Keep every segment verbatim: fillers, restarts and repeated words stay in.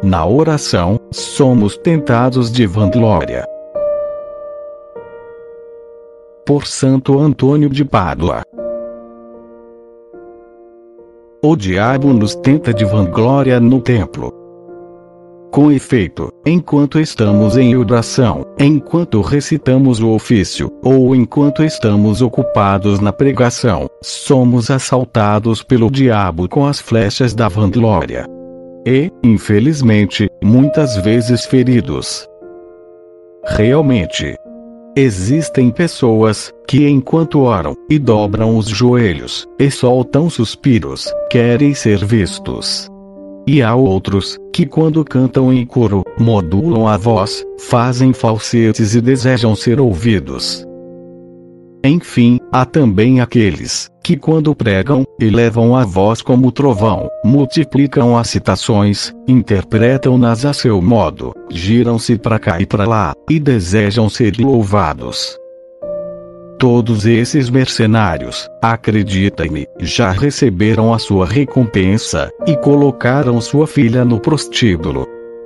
na oração, somos tentados de vanglória. Por Santo Antônio de Pádua. O diabo nos tenta de vanglória no templo. Com efeito, enquanto estamos em oração, enquanto recitamos o ofício, ou enquanto estamos ocupados na pregação, somos assaltados pelo diabo com as flechas da vanglória. E, infelizmente, muitas vezes feridos. Realmente, existem pessoas que, enquanto oram e dobram os joelhos e soltam suspiros, querem ser vistos. E há outros que, quando cantam em coro, modulam a voz, fazem falsetes e desejam ser ouvidos. Enfim, há também aqueles que, quando pregam, elevam a voz como trovão, multiplicam as citações, interpretam-nas a seu modo, giram-se para cá e para lá, e desejam ser louvados. Todos esses mercenários, acreditem-me, já receberam a sua recompensa, e colocaram sua filha no prostíbulo.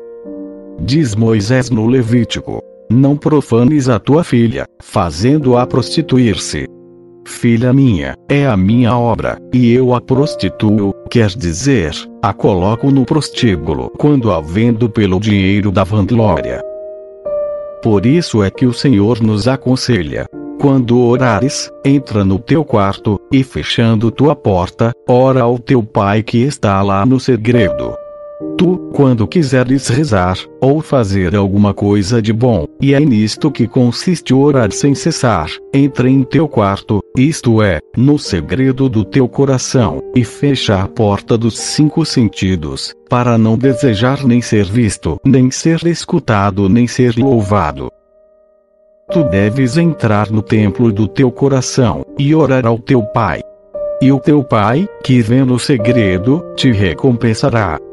Diz Moisés no Levítico: não profanes a tua filha, fazendo-a prostituir-se. Filha minha, é a minha obra, e eu a prostituo, quer dizer, a coloco no prostíbulo quando a vendo pelo dinheiro da vanglória. Por isso é que o Senhor nos aconselha: quando orares, entra no teu quarto, e fechando tua porta, ora ao teu Pai que está lá no segredo. Tu, quando quiseres rezar, ou fazer alguma coisa de bom, e é nisto que consiste orar sem cessar, entra em teu quarto, isto é, no segredo do teu coração, e fecha a porta dos cinco sentidos, para não desejar nem ser visto, nem ser escutado, nem ser louvado. Tu deves entrar no templo do teu coração, e orar ao teu Pai. E o teu Pai, que vê no segredo, te recompensará.